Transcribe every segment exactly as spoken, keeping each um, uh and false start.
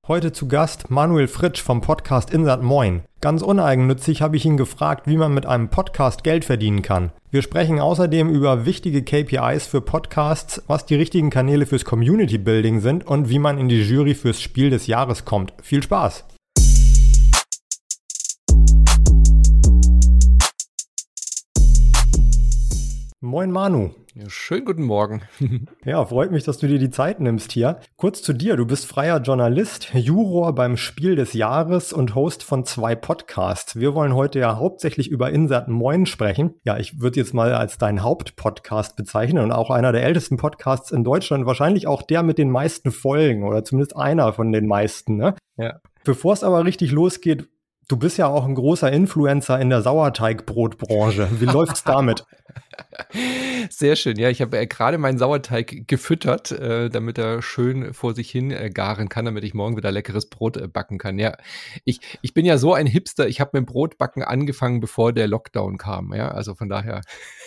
Heute zu Gast Manuel Fritsch vom Podcast Insert Moin. Ganz uneigennützig habe ich ihn gefragt, wie man mit einem Podcast Geld verdienen kann. Wir sprechen außerdem über wichtige K P Is für Podcasts, was die richtigen Kanäle fürs Community Building sind und wie man in die Jury fürs Spiel des Jahres kommt. Viel Spaß! Moin Manu. Ja, schönen guten Morgen. Ja, freut mich, dass du dir die Zeit nimmst hier. Kurz zu dir, du bist freier Journalist, Juror beim Spiel des Jahres und Host von zwei Podcasts. Wir wollen heute ja hauptsächlich über Insert Moin sprechen. Ja, ich würde jetzt mal als deinen Hauptpodcast bezeichnen und auch einer der ältesten Podcasts in Deutschland, wahrscheinlich auch der mit den meisten Folgen oder zumindest einer von den meisten, ne? Ja. Bevor es aber richtig losgeht, du bist ja auch ein großer Influencer in der Sauerteigbrotbranche. Wie läuft's damit? Sehr schön. Ja, ich habe äh, gerade meinen Sauerteig gefüttert, äh, damit er schön vor sich hin äh, garen kann, damit ich morgen wieder leckeres Brot äh, backen kann. Ja, ich, ich bin ja so ein Hipster. Ich habe mit dem Brotbacken angefangen, bevor der Lockdown kam. Ja, also von daher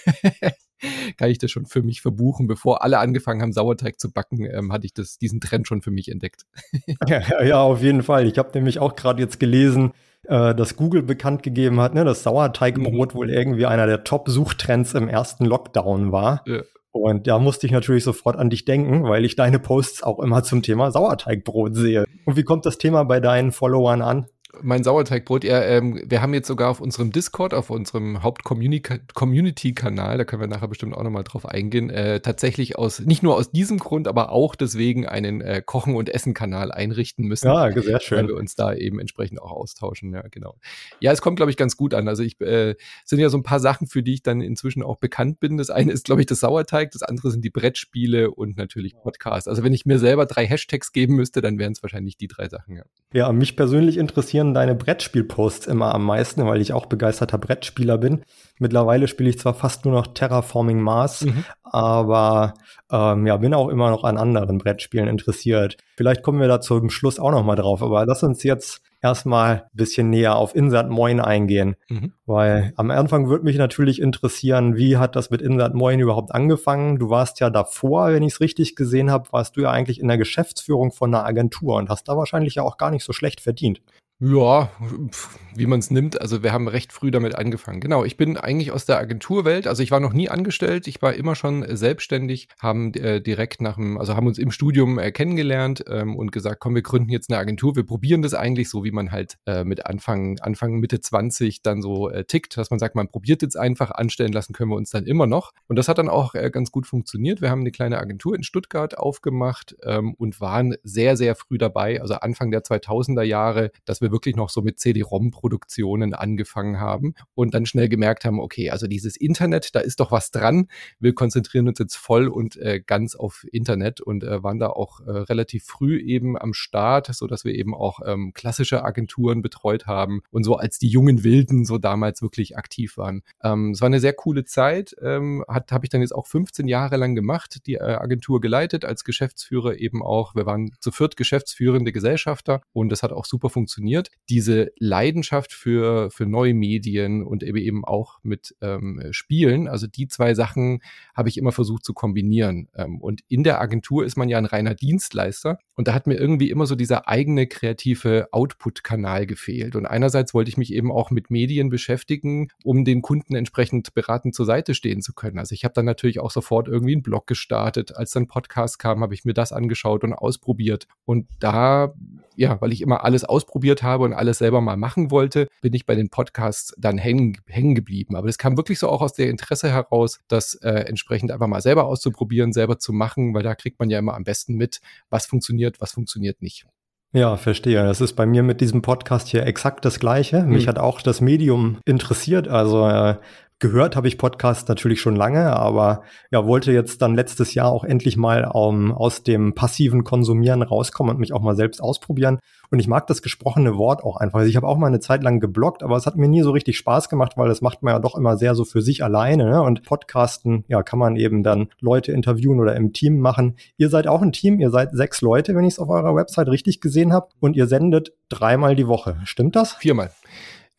kann ich das schon für mich verbuchen. Bevor alle angefangen haben, Sauerteig zu backen, ähm, hatte ich das, diesen Trend schon für mich entdeckt. Ja, ja, auf jeden Fall. Ich habe nämlich auch gerade jetzt gelesen, äh, dass Google bekannt gegeben hat, ne, dass Sauerteigbrot mhm. wohl irgendwie einer der Top-Suchtrends im ersten Lockdown war. Ja. Und da musste ich natürlich sofort an dich denken, weil ich deine Posts auch immer zum Thema Sauerteigbrot sehe. Und wie kommt das Thema bei deinen Followern an? Mein Sauerteigbrot, ja, ähm, wir haben jetzt sogar auf unserem Discord, auf unserem Haupt-Community-Kanal, da können wir nachher bestimmt auch nochmal drauf eingehen, äh, tatsächlich aus, nicht nur aus diesem Grund, aber auch deswegen einen äh, Kochen- und Essen-Kanal einrichten müssen. Ja, sehr schön. Weil wir uns da eben entsprechend auch austauschen, ja, genau. Ja, es kommt, glaube ich, ganz gut an. Also ich, äh, sind ja so ein paar Sachen, für die ich dann inzwischen auch bekannt bin. Das eine ist, glaube ich, das Sauerteig, das andere sind die Brettspiele und natürlich Podcasts. Also wenn ich mir selber drei Hashtags geben müsste, dann wären es wahrscheinlich die drei Sachen, ja. Ja, mich persönlich interessieren deine Brettspielposts immer am meisten, weil ich auch begeisterter Brettspieler bin. Mittlerweile spiele ich zwar fast nur noch Terraforming Mars, mhm. aber ähm, ja, bin auch immer noch an anderen Brettspielen interessiert. Vielleicht kommen wir da zum Schluss auch noch mal drauf, aber lass uns jetzt erstmal ein bisschen näher auf Insert Moin eingehen, mhm. weil am Anfang würde mich natürlich interessieren, wie hat das mit Insert Moin überhaupt angefangen? Du warst ja davor, wenn ich es richtig gesehen habe, warst du ja eigentlich in der Geschäftsführung von einer Agentur und hast da wahrscheinlich ja auch gar nicht so schlecht verdient. Ja, wie man es nimmt. Also wir haben recht früh damit angefangen. Genau, ich bin eigentlich aus der Agenturwelt. Also ich war noch nie angestellt. Ich war immer schon selbstständig, haben äh, direkt nach dem, also haben uns im Studium äh, kennengelernt ähm, und gesagt, komm, wir gründen jetzt eine Agentur. Wir probieren das eigentlich so, wie man halt äh, mit Anfang, Anfang, Mitte zwanzig dann so äh, tickt, dass man sagt, man probiert jetzt einfach, anstellen lassen können wir uns dann immer noch. Und das hat dann auch äh, ganz gut funktioniert. Wir haben eine kleine Agentur in Stuttgart aufgemacht ähm, und waren sehr, sehr früh dabei, also Anfang der zweitausender Jahre, dass wir wirklich noch so mit C D-ROM-Produktionen angefangen haben und dann schnell gemerkt haben, okay, also dieses Internet, da ist doch was dran. Wir konzentrieren uns jetzt voll und äh, ganz auf Internet und äh, waren da auch äh, relativ früh eben am Start, so dass wir eben auch ähm, klassische Agenturen betreut haben und so als die jungen Wilden so damals wirklich aktiv waren. Ähm, es war eine sehr coole Zeit, ähm, hat habe ich dann jetzt auch fünfzehn Jahre lang gemacht, die äh, Agentur geleitet, als Geschäftsführer eben auch. Wir waren zu viert geschäftsführende Gesellschafter und das hat auch super funktioniert. Diese Leidenschaft für, für neue Medien und eben auch mit ähm, Spielen, also die zwei Sachen habe ich immer versucht zu kombinieren. Ähm, und in der Agentur ist man ja ein reiner Dienstleister und da hat mir irgendwie immer so dieser eigene kreative Output-Kanal gefehlt. Und einerseits wollte ich mich eben auch mit Medien beschäftigen, um den Kunden entsprechend beratend zur Seite stehen zu können. Also ich habe dann natürlich auch sofort irgendwie einen Blog gestartet. Als dann Podcast kam, habe ich mir das angeschaut und ausprobiert. Und da, ja, weil ich immer alles ausprobiert habe und alles selber mal machen wollte, bin ich bei den Podcasts dann hängen, hängen geblieben. Aber das kam wirklich so auch aus der Interesse heraus, das äh, entsprechend einfach mal selber auszuprobieren, selber zu machen, weil da kriegt man ja immer am besten mit, was funktioniert, was funktioniert nicht. Ja, verstehe. Das ist bei mir mit diesem Podcast hier exakt das Gleiche. Mich hm. hat auch das Medium interessiert, also äh, gehört habe ich Podcasts natürlich schon lange, aber ja, wollte jetzt dann letztes Jahr auch endlich mal um, aus dem passiven Konsumieren rauskommen und mich auch mal selbst ausprobieren. Und ich mag das gesprochene Wort auch einfach. Also ich habe auch mal eine Zeit lang gebloggt, aber es hat mir nie so richtig Spaß gemacht, weil das macht man ja doch immer sehr so für sich alleine, ne? Und Podcasten, ja, kann man eben dann Leute interviewen oder im Team machen. Ihr seid auch ein Team, ihr seid sechs Leute, wenn ich es auf eurer Website richtig gesehen habe, und ihr sendet dreimal die Woche. Stimmt das? Viermal.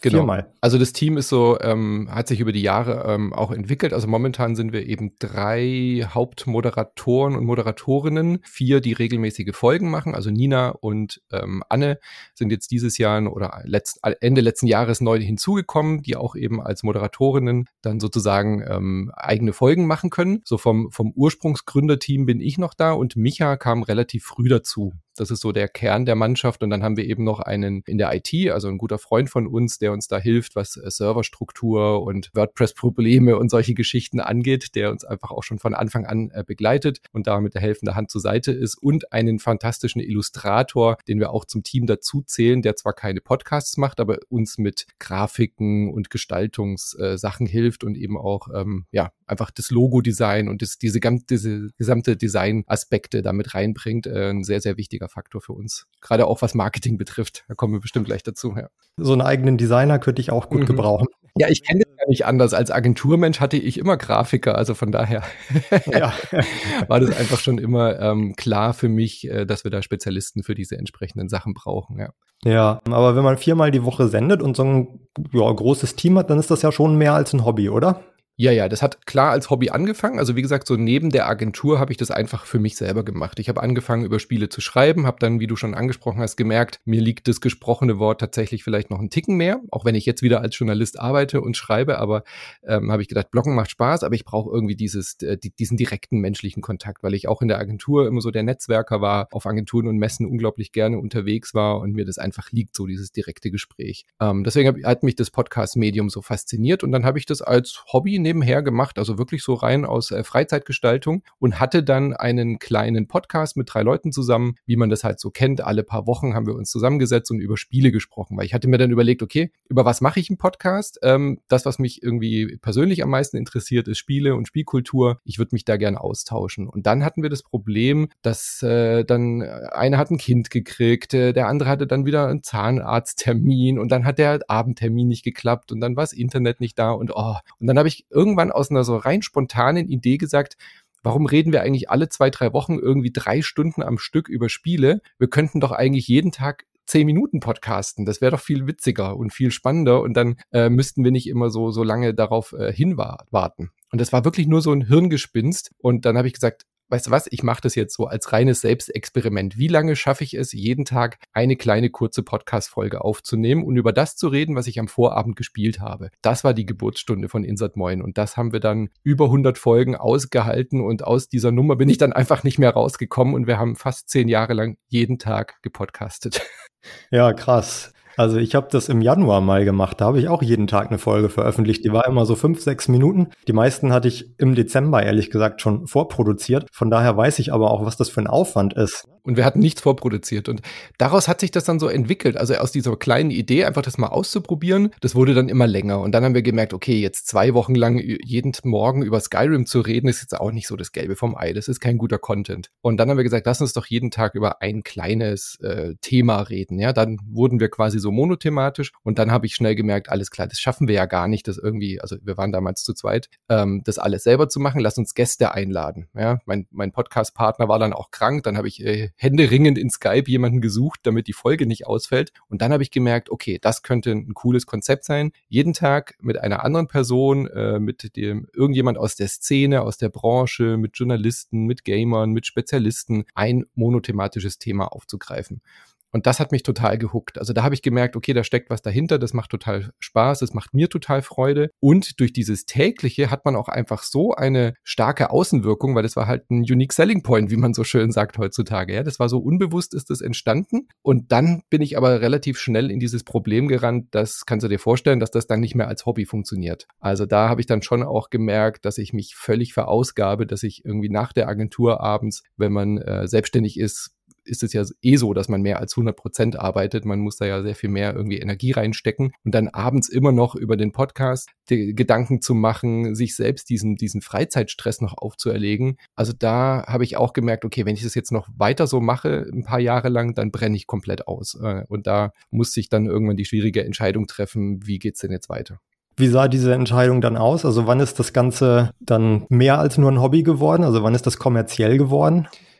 Genau. Viermal. Also das Team ist so, ähm, hat sich über die Jahre ähm, auch entwickelt. Also momentan sind wir eben drei Hauptmoderatoren und Moderatorinnen, vier, die regelmäßige Folgen machen. Also Nina und ähm, Anne sind jetzt dieses Jahr oder letzt, Ende letzten Jahres neu hinzugekommen, die auch eben als Moderatorinnen dann sozusagen ähm, eigene Folgen machen können. So vom, vom Ursprungsgründerteam bin ich noch da und Micha kam relativ früh dazu. Das ist so der Kern der Mannschaft und dann haben wir eben noch einen in der I T, also ein guter Freund von uns, der uns da hilft, was äh, Serverstruktur und WordPress-Probleme und solche Geschichten angeht, der uns einfach auch schon von Anfang an äh, begleitet und da mit der helfenden Hand zur Seite ist und einen fantastischen Illustrator, den wir auch zum Team dazu zählen, der zwar keine Podcasts macht, aber uns mit Grafiken und Gestaltungssachen äh, hilft und eben auch ähm, ja einfach das Logo-Design und das, diese, diese gesamte Design-Aspekte damit reinbringt. Äh, ein sehr, sehr wichtiger Faktor für uns. Gerade auch was Marketing betrifft. Da kommen wir bestimmt gleich dazu. Ja. So einen eigenen Designer könnte ich auch gut mhm. gebrauchen. Ja, ich kenne das ja nicht anders. Als Agenturmensch hatte ich immer Grafiker. Also von daher ja. war das einfach schon immer ähm, klar für mich, äh, dass wir da Spezialisten für diese entsprechenden Sachen brauchen. Ja. Ja, aber wenn man viermal die Woche sendet und so ein ja, großes Team hat, dann ist das ja schon mehr als ein Hobby, oder? Ja, ja, das hat klar als Hobby angefangen. Also wie gesagt, so neben der Agentur habe ich das einfach für mich selber gemacht. Ich habe angefangen, über Spiele zu schreiben, habe dann, wie du schon angesprochen hast, gemerkt, mir liegt das gesprochene Wort tatsächlich vielleicht noch einen Ticken mehr, auch wenn ich jetzt wieder als Journalist arbeite und schreibe, aber ähm, habe ich gedacht, Bloggen macht Spaß, aber ich brauche irgendwie dieses, äh, die, diesen direkten menschlichen Kontakt, weil ich auch in der Agentur immer so der Netzwerker war, auf Agenturen und Messen unglaublich gerne unterwegs war und mir das einfach liegt, so dieses direkte Gespräch. Ähm, deswegen hab, hat mich das Podcast-Medium so fasziniert und dann habe ich das als Hobby nebenher gemacht, also wirklich so rein aus äh, Freizeitgestaltung und hatte dann einen kleinen Podcast mit drei Leuten zusammen, wie man das halt so kennt. Alle paar Wochen haben wir uns zusammengesetzt und über Spiele gesprochen, weil ich hatte mir dann überlegt, okay, über was mache ich einen Podcast? Ähm, das, was mich irgendwie persönlich am meisten interessiert, ist Spiele und Spielkultur. Ich würde mich da gerne austauschen. Und dann hatten wir das Problem, dass äh, dann einer hat ein Kind gekriegt, äh, der andere hatte dann wieder einen Zahnarzttermin und dann hat der Abendtermin nicht geklappt und dann war das Internet nicht da und oh, und dann habe ich irgendwann aus einer so rein spontanen Idee gesagt, warum reden wir eigentlich alle zwei, drei Wochen irgendwie drei Stunden am Stück über Spiele? Wir könnten doch eigentlich jeden Tag zehn Minuten podcasten. Das wäre doch viel witziger und viel spannender und dann äh, müssten wir nicht immer so, so lange darauf äh, hinwarten. Und das war wirklich nur so ein Hirngespinst und dann habe ich gesagt, weißt du was, ich mache das jetzt so als reines Selbstexperiment. Wie lange schaffe ich es, jeden Tag eine kleine kurze Podcast-Folge aufzunehmen und über das zu reden, was ich am Vorabend gespielt habe? Das war die Geburtsstunde von Insert Moin und das haben wir dann über hundert Folgen ausgehalten und aus dieser Nummer bin ich dann einfach nicht mehr rausgekommen und wir haben fast zehn Jahre lang jeden Tag gepodcastet. Ja, krass. Also ich habe das im Januar mal gemacht, da habe ich auch jeden Tag eine Folge veröffentlicht. Die war immer so fünf, sechs Minuten. Die meisten hatte ich im Dezember, ehrlich gesagt, schon vorproduziert. Von daher weiß ich aber auch, was das für ein Aufwand ist. Und wir hatten nichts vorproduziert. Und daraus hat sich das dann so entwickelt. Also aus dieser kleinen Idee, einfach das mal auszuprobieren, das wurde dann immer länger. Und dann haben wir gemerkt, okay, jetzt zwei Wochen lang jeden Morgen über Skyrim zu reden, ist jetzt auch nicht so das Gelbe vom Ei. Das ist kein guter Content. Und dann haben wir gesagt, lass uns doch jeden Tag über ein kleines äh, Thema reden. Ja, dann wurden wir quasi so monothematisch. Und dann habe ich schnell gemerkt, alles klar, das schaffen wir ja gar nicht, das irgendwie, also wir waren damals zu zweit, ähm, das alles selber zu machen. Lass uns Gäste einladen. Ja, mein, mein Podcast-Partner war dann auch krank. Dann habe ich äh, händeringend in Skype jemanden gesucht, damit die Folge nicht ausfällt. Und dann habe ich gemerkt, okay, das könnte ein cooles Konzept sein. Jeden Tag mit einer anderen Person, äh, mit dem irgendjemand aus der Szene, aus der Branche, mit Journalisten, mit Gamern, mit Spezialisten, ein monothematisches Thema aufzugreifen. Und das hat mich total gehuckt. Also da habe ich gemerkt, okay, da steckt was dahinter, das macht total Spaß, das macht mir total Freude. Und durch dieses Tägliche hat man auch einfach so eine starke Außenwirkung, weil das war halt ein Unique Selling Point, wie man so schön sagt heutzutage. Ja, das war so unbewusst, ist das entstanden. Und dann bin ich aber relativ schnell in dieses Problem gerannt, das kannst du dir vorstellen, dass das dann nicht mehr als Hobby funktioniert. Also da habe ich dann schon auch gemerkt, dass ich mich völlig verausgabe, dass ich irgendwie nach der Agentur abends, wenn man äh, selbstständig ist, ist es ja eh so, dass man mehr als hundert Prozent arbeitet. Man muss da ja sehr viel mehr irgendwie Energie reinstecken und dann abends immer noch über den Podcast die Gedanken zu machen, sich selbst diesen, diesen Freizeitstress noch aufzuerlegen. Also da habe ich auch gemerkt, okay, wenn ich das jetzt noch weiter so mache, ein paar Jahre lang, dann brenne ich komplett aus. Und da musste ich dann irgendwann die schwierige Entscheidung treffen, wie geht's denn jetzt weiter? Wie sah diese Entscheidung dann aus? Also wann ist das Ganze dann mehr als nur ein Hobby geworden? Also wann ist das kommerziell geworden?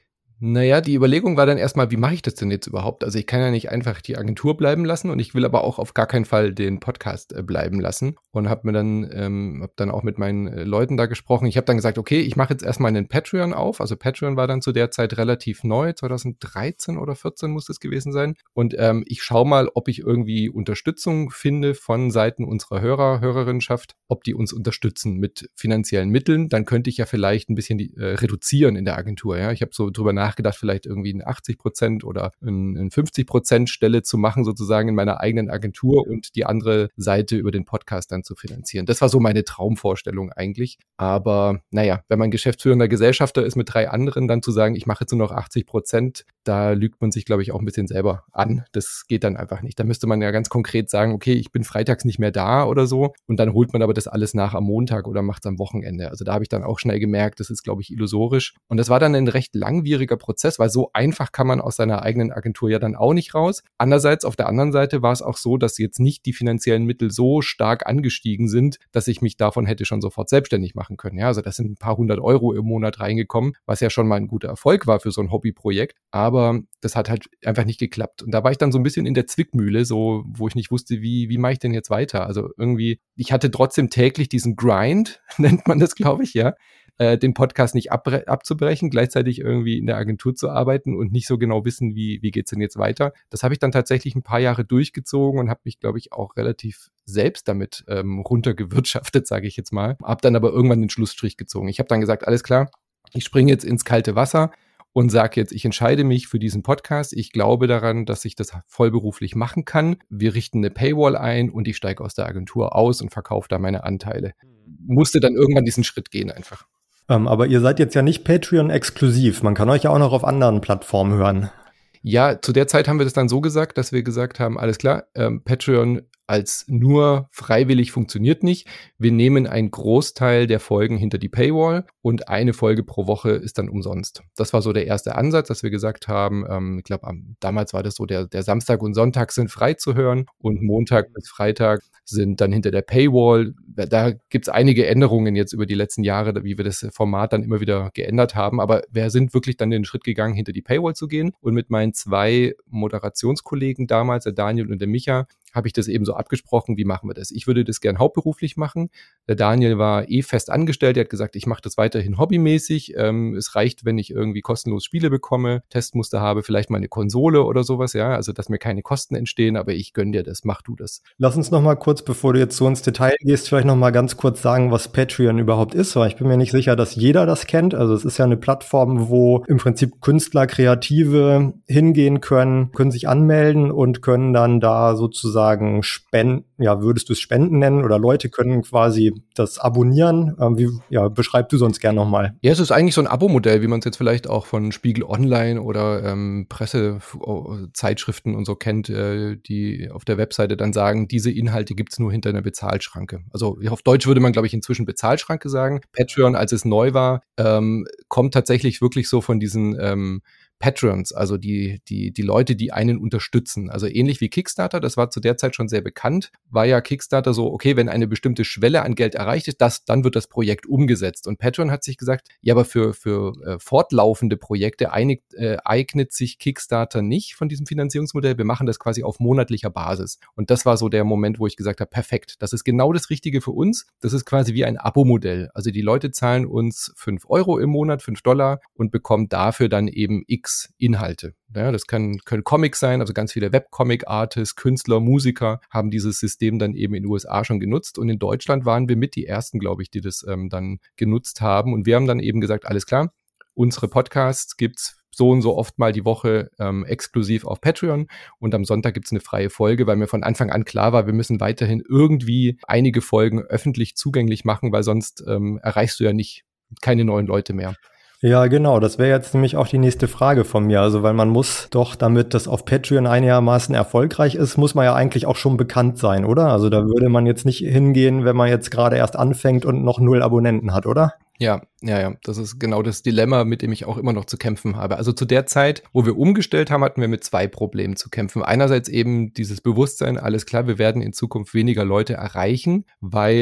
Naja, die Überlegung war dann erstmal, wie mache ich das denn jetzt überhaupt? Also ich kann ja nicht einfach die Agentur bleiben lassen und ich will aber auch auf gar keinen Fall den Podcast äh, bleiben lassen und habe mir dann, ähm, habe dann auch mit meinen äh, Leuten da gesprochen. Ich habe dann gesagt, okay, ich mache jetzt erstmal einen Patreon auf. Also Patreon war dann zu der Zeit relativ neu, zwanzig dreizehn oder vierzehn muss es gewesen sein. Und ähm, ich schaue mal, ob ich irgendwie Unterstützung finde von Seiten unserer Hörer, Hörerinnenschaft, ob die uns unterstützen mit finanziellen Mitteln. Dann könnte ich ja vielleicht ein bisschen die, äh, reduzieren in der Agentur. Ja, ich habe so drüber nachgedacht, gedacht, vielleicht irgendwie eine achtzig Prozent oder eine fünfzig Prozent Stelle zu machen, sozusagen in meiner eigenen Agentur und die andere Seite über den Podcast dann zu finanzieren. Das war so meine Traumvorstellung eigentlich. Aber naja, wenn man geschäftsführender Gesellschafter ist mit drei anderen, dann zu sagen, ich mache jetzt nur noch achtzig Prozent, da lügt man sich, glaube ich, auch ein bisschen selber an. Das geht dann einfach nicht. Da müsste man ja ganz konkret sagen, okay, ich bin freitags nicht mehr da oder so und dann holt man aber das alles nach am Montag oder macht es am Wochenende. Also da habe ich dann auch schnell gemerkt, das ist, glaube ich, illusorisch. Und das war dann ein recht langwieriger Prozess, weil so einfach kann man aus seiner eigenen Agentur ja dann auch nicht raus. Andererseits, auf der anderen Seite war es auch so, dass jetzt nicht die finanziellen Mittel so stark angestiegen sind, dass ich mich davon hätte schon sofort selbstständig machen können. Ja, also das sind ein paar hundert Euro im Monat reingekommen, was ja schon mal ein guter Erfolg war für so ein Hobbyprojekt. Aber das hat halt einfach nicht geklappt. Und da war ich dann so ein bisschen in der Zwickmühle, so, wo ich nicht wusste, wie, wie mache ich denn jetzt weiter? Also irgendwie, ich hatte trotzdem täglich diesen Grind, nennt man das, glaube ich, ja, den Podcast nicht abre- abzubrechen, gleichzeitig irgendwie in der Agentur zu arbeiten und nicht so genau wissen, wie, wie geht's denn jetzt weiter. Das habe ich dann tatsächlich ein paar Jahre durchgezogen und habe mich, glaube ich, auch relativ selbst damit ähm, runtergewirtschaftet, sage ich jetzt mal. Habe dann aber irgendwann den Schlussstrich gezogen. Ich habe dann gesagt, alles klar, ich springe jetzt ins kalte Wasser und sage jetzt, ich entscheide mich für diesen Podcast. Ich glaube daran, dass ich das vollberuflich machen kann. Wir richten eine Paywall ein und ich steige aus der Agentur aus und verkaufe da meine Anteile. Musste dann irgendwann diesen Schritt gehen einfach. Ähm, aber ihr seid jetzt ja nicht Patreon-exklusiv. Man kann euch ja auch noch auf anderen Plattformen hören. Ja, zu der Zeit haben wir das dann so gesagt, dass wir gesagt haben, alles klar, ähm, Patreon als nur freiwillig funktioniert nicht. Wir nehmen einen Großteil der Folgen hinter die Paywall und eine Folge pro Woche ist dann umsonst. Das war so der erste Ansatz, dass wir gesagt haben, ähm, ich glaube, damals war das so, der, der Samstag und Sonntag sind frei zu hören und Montag bis Freitag sind dann hinter der Paywall. Da gibt's einige Änderungen jetzt über die letzten Jahre, wie wir das Format dann immer wieder geändert haben. Aber wir sind wirklich dann den Schritt gegangen, hinter die Paywall zu gehen. Und mit meinen zwei Moderationskollegen damals, der Daniel und der Micha, habe ich das eben so abgesprochen, wie machen wir das? Ich würde das gern hauptberuflich machen. Der Daniel war eh fest angestellt, er hat gesagt, ich mache das weiterhin hobbymäßig. Ähm, es reicht, wenn ich irgendwie kostenlos Spiele bekomme, Testmuster habe, vielleicht mal eine Konsole oder sowas, ja, also dass mir keine Kosten entstehen, aber ich gönn dir das, mach du das. Lass uns noch mal kurz, bevor du jetzt so ins Detail gehst, vielleicht noch mal ganz kurz sagen, was Patreon überhaupt ist, weil ich bin mir nicht sicher, dass jeder das kennt. Also es ist ja eine Plattform, wo im Prinzip Künstler, Kreative hingehen können, können sich anmelden und können dann da sozusagen Spenden, ja, würdest du es Spenden nennen oder Leute können quasi das abonnieren. Ähm, wie, ja, beschreib du sonst gern nochmal. Ja, es ist eigentlich so ein Abo-Modell, wie man es jetzt vielleicht auch von Spiegel Online oder ähm, Pressezeitschriften und so kennt, äh, die auf der Webseite dann sagen, diese Inhalte gibt's nur hinter einer Bezahlschranke. Also auf Deutsch würde man, glaube ich, inzwischen Bezahlschranke sagen. Patreon, als es neu war, ähm, kommt tatsächlich wirklich so von diesen ähm, Patrons, also die, die, die Leute, die einen unterstützen. Also ähnlich wie Kickstarter, das war zu der Zeit schon sehr bekannt, war ja Kickstarter so, okay, wenn eine bestimmte Schwelle an Geld erreicht ist, das, dann wird das Projekt umgesetzt. Und Patreon hat sich gesagt, ja, aber für, für äh, fortlaufende Projekte einig, äh, eignet sich Kickstarter nicht von diesem Finanzierungsmodell. Wir machen das quasi auf monatlicher Basis. Und das war so der Moment, wo ich gesagt habe, perfekt, das ist genau das Richtige für uns. Das ist quasi wie ein Abo-Modell. Also die Leute zahlen uns fünf Euro im Monat, fünf Dollar und bekommen dafür dann eben X Inhalte. Ja, das kann, können Comics sein, also ganz viele Webcomic-Artists, Künstler, Musiker haben dieses System dann eben in den U S A schon genutzt und in Deutschland waren wir mit die ersten, glaube ich, die das ähm, dann genutzt haben und wir haben dann eben gesagt, alles klar, unsere Podcasts gibt's so und so oft mal die Woche ähm, exklusiv auf Patreon und am Sonntag gibt's eine freie Folge, weil mir von Anfang an klar war, wir müssen weiterhin irgendwie einige Folgen öffentlich zugänglich machen, weil sonst ähm, erreichst du ja nicht keine neuen Leute mehr. Ja, genau. Das wäre jetzt nämlich auch die nächste Frage von mir. Also, weil man muss doch, damit das auf Patreon einigermaßen erfolgreich ist, muss man ja eigentlich auch schon bekannt sein, oder? Also, da würde man jetzt nicht hingehen, wenn man jetzt gerade erst anfängt und noch null Abonnenten hat, oder? Ja, ja, ja. Das ist genau das Dilemma, mit dem ich auch immer noch zu kämpfen habe. Also zu der Zeit, wo wir umgestellt haben, hatten wir mit zwei Problemen zu kämpfen. Einerseits eben dieses Bewusstsein, alles klar, wir werden in Zukunft weniger Leute erreichen, weil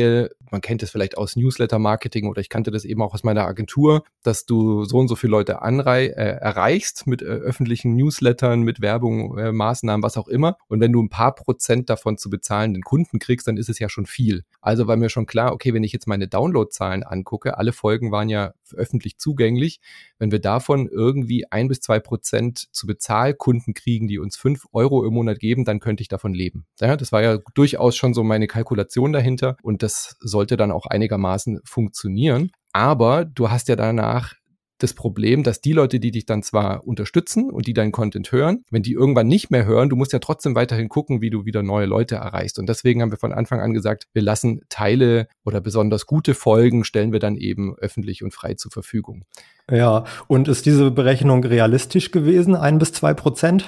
man kennt es vielleicht aus Newsletter-Marketing oder ich kannte das eben auch aus meiner Agentur, dass du so und so viele Leute anrei- äh, erreichst mit äh, öffentlichen Newslettern, mit Werbung, äh, Maßnahmen, was auch immer. Und wenn du ein paar Prozent davon zu bezahlenden Kunden kriegst, dann ist es ja schon viel. Also war mir schon klar, okay, wenn ich jetzt meine Downloadzahlen angucke, alle Folgen waren ja öffentlich zugänglich, wenn wir davon irgendwie ein bis zwei Prozent zu Bezahlkunden kriegen, die uns fünf Euro im Monat geben, dann könnte ich davon leben. Ja, das war ja durchaus schon so meine Kalkulation dahinter und das sollte dann auch einigermaßen funktionieren. Aber du hast ja danach das Problem, dass die Leute, die dich dann zwar unterstützen und die deinen Content hören, wenn die irgendwann nicht mehr hören, du musst ja trotzdem weiterhin gucken, wie du wieder neue Leute erreichst. Und deswegen haben wir von Anfang an gesagt, wir lassen Teile oder besonders gute Folgen, stellen wir dann eben öffentlich und frei zur Verfügung. Ja, und ist diese Berechnung realistisch gewesen, ein bis zwei Prozent?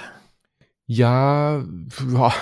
Ja, ja.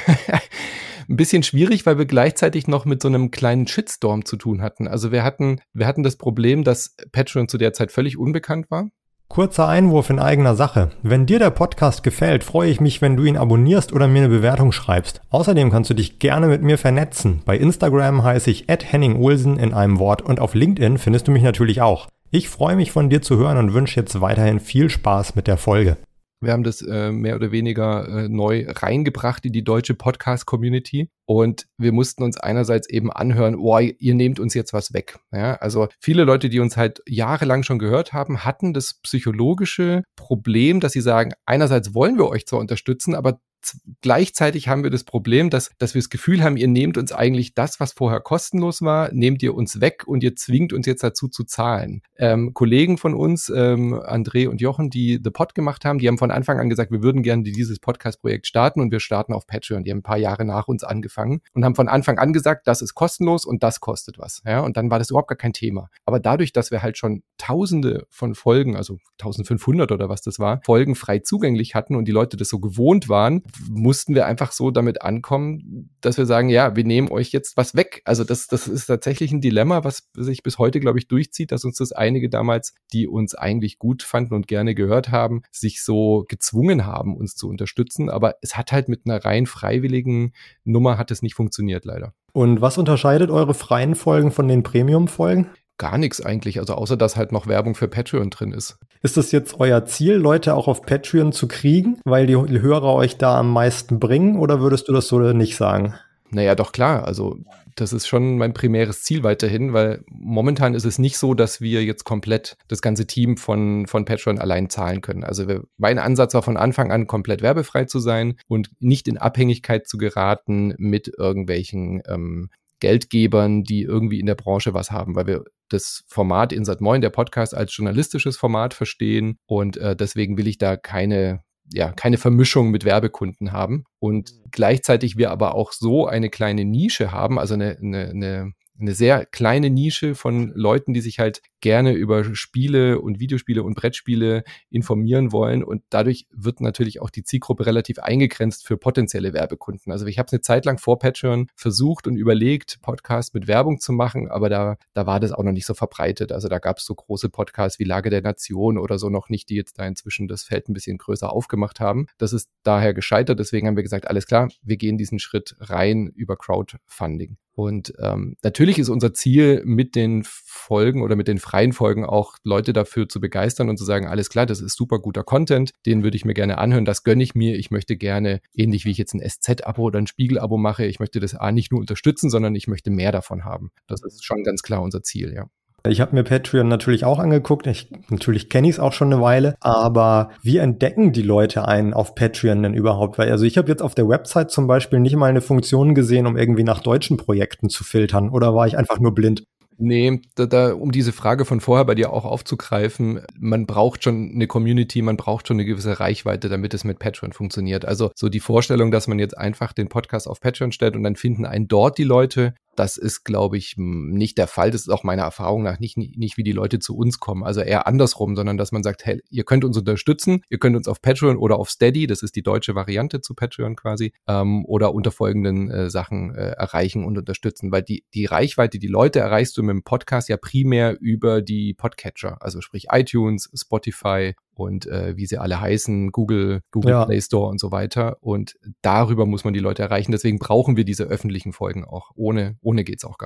Ein bisschen schwierig, weil wir gleichzeitig noch mit so einem kleinen Shitstorm zu tun hatten. Also wir hatten, wir hatten das Problem, dass Patreon zu der Zeit völlig unbekannt war. Kurzer Einwurf in eigener Sache. Wenn dir der Podcast gefällt, freue ich mich, wenn du ihn abonnierst oder mir eine Bewertung schreibst. Außerdem kannst du dich gerne mit mir vernetzen. Bei Instagram heiße ich at henning olsen in einem Wort und auf LinkedIn findest du mich natürlich auch. Ich freue mich von dir zu hören und wünsche jetzt weiterhin viel Spaß mit der Folge. Wir haben das äh, mehr oder weniger äh, neu reingebracht in die deutsche Podcast-Community und wir mussten uns einerseits eben anhören, oh, ihr nehmt uns jetzt was weg. Ja, also viele Leute, die uns halt jahrelang schon gehört haben, hatten das psychologische Problem, dass sie sagen, einerseits wollen wir euch zwar unterstützen, aber gleichzeitig haben wir das Problem, dass, dass wir das Gefühl haben, ihr nehmt uns eigentlich das, was vorher kostenlos war, nehmt ihr uns weg und ihr zwingt uns jetzt dazu zu zahlen. Ähm, Kollegen von uns, ähm, André und Jochen, die The Pod gemacht haben, die haben von Anfang an gesagt, wir würden gerne dieses Podcast-Projekt starten und wir starten auf Patreon. Die haben ein paar Jahre nach uns angefangen und haben von Anfang an gesagt, das ist kostenlos und das kostet was. Ja, und dann war das überhaupt gar kein Thema. Aber dadurch, dass wir halt schon Tausende von Folgen, also eintausendfünfhundert oder was das war, Folgen frei zugänglich hatten und die Leute das so gewohnt waren, mussten wir einfach so damit ankommen, dass wir sagen, ja, wir nehmen euch jetzt was weg. Also das, das ist tatsächlich ein Dilemma, was sich bis heute, glaube ich, durchzieht, dass uns das einige damals, die uns eigentlich gut fanden und gerne gehört haben, sich so gezwungen haben, uns zu unterstützen. Aber es hat halt mit einer rein freiwilligen Nummer hat es nicht funktioniert, leider. Und was unterscheidet eure freien Folgen von den Premium-Folgen? Gar nichts eigentlich, also außer dass halt noch Werbung für Patreon drin ist. Ist es jetzt euer Ziel, Leute auch auf Patreon zu kriegen, weil die Hörer euch da am meisten bringen, oder würdest du das so nicht sagen? Naja, doch klar, also das ist schon mein primäres Ziel weiterhin, weil momentan ist es nicht so, dass wir jetzt komplett das ganze Team von, von Patreon allein zahlen können. Also wir, mein Ansatz war von Anfang an, komplett werbefrei zu sein und nicht in Abhängigkeit zu geraten mit irgendwelchen ähm, Geldgebern, die irgendwie in der Branche was haben, weil wir das Format Insert Moin, der Podcast, als journalistisches Format verstehen und äh, deswegen will ich da keine, ja, keine Vermischung mit Werbekunden haben und gleichzeitig wir aber auch so eine kleine Nische haben, also eine, eine, eine eine sehr kleine Nische von Leuten, die sich halt gerne über Spiele und Videospiele und Brettspiele informieren wollen und dadurch wird natürlich auch die Zielgruppe relativ eingegrenzt für potenzielle Werbekunden. Also ich habe es eine Zeit lang vor Patreon versucht und überlegt, Podcast mit Werbung zu machen, aber da, da war das auch noch nicht so verbreitet. Also da gab es so große Podcasts wie Lage der Nation oder so noch nicht, die jetzt da inzwischen das Feld ein bisschen größer aufgemacht haben. Das ist daher gescheitert, deswegen haben wir gesagt, alles klar, wir gehen diesen Schritt rein über Crowdfunding. Und ähm, natürlich ist unser Ziel mit den Folgen oder mit den freien Folgen auch Leute dafür zu begeistern und zu sagen, alles klar, das ist super guter Content, den würde ich mir gerne anhören, das gönne ich mir. Ich möchte gerne, ähnlich wie ich jetzt ein S Z-Abo oder ein Spiegel-Abo mache, ich möchte das A nicht nur unterstützen, sondern ich möchte mehr davon haben. Das ist schon ganz klar unser Ziel, ja. Ich habe mir Patreon natürlich auch angeguckt. Ich, natürlich kenne ich es auch schon eine Weile. Aber wie entdecken die Leute einen auf Patreon denn überhaupt? Weil also ich habe jetzt auf der Website zum Beispiel nicht mal eine Funktion gesehen, um irgendwie nach deutschen Projekten zu filtern. Oder war ich einfach nur blind? Nee, da, da, um diese Frage von vorher bei dir auch aufzugreifen, man braucht schon eine Community, man braucht schon eine gewisse Reichweite, damit es mit Patreon funktioniert. Also so die Vorstellung, dass man jetzt einfach den Podcast auf Patreon stellt und dann finden einen dort die Leute, das ist, glaube ich, nicht der Fall. Das ist auch meiner Erfahrung nach nicht, nicht, nicht wie die Leute zu uns kommen. Also eher andersrum, sondern dass man sagt, hey, ihr könnt uns unterstützen, ihr könnt uns auf Patreon oder auf Steady, das ist die deutsche Variante zu Patreon quasi, ähm, oder unter folgenden äh, Sachen äh, erreichen und unterstützen. Weil die, die Reichweite, die Leute erreichst du mit dem Podcast ja primär über die Podcatcher, also sprich iTunes, Spotify und äh, wie sie alle heißen, Google, Google ja. Play Store und so weiter. Und darüber muss man die Leute erreichen. Deswegen brauchen wir diese öffentlichen Folgen auch. Ohne, ohne geht's auch gar nicht.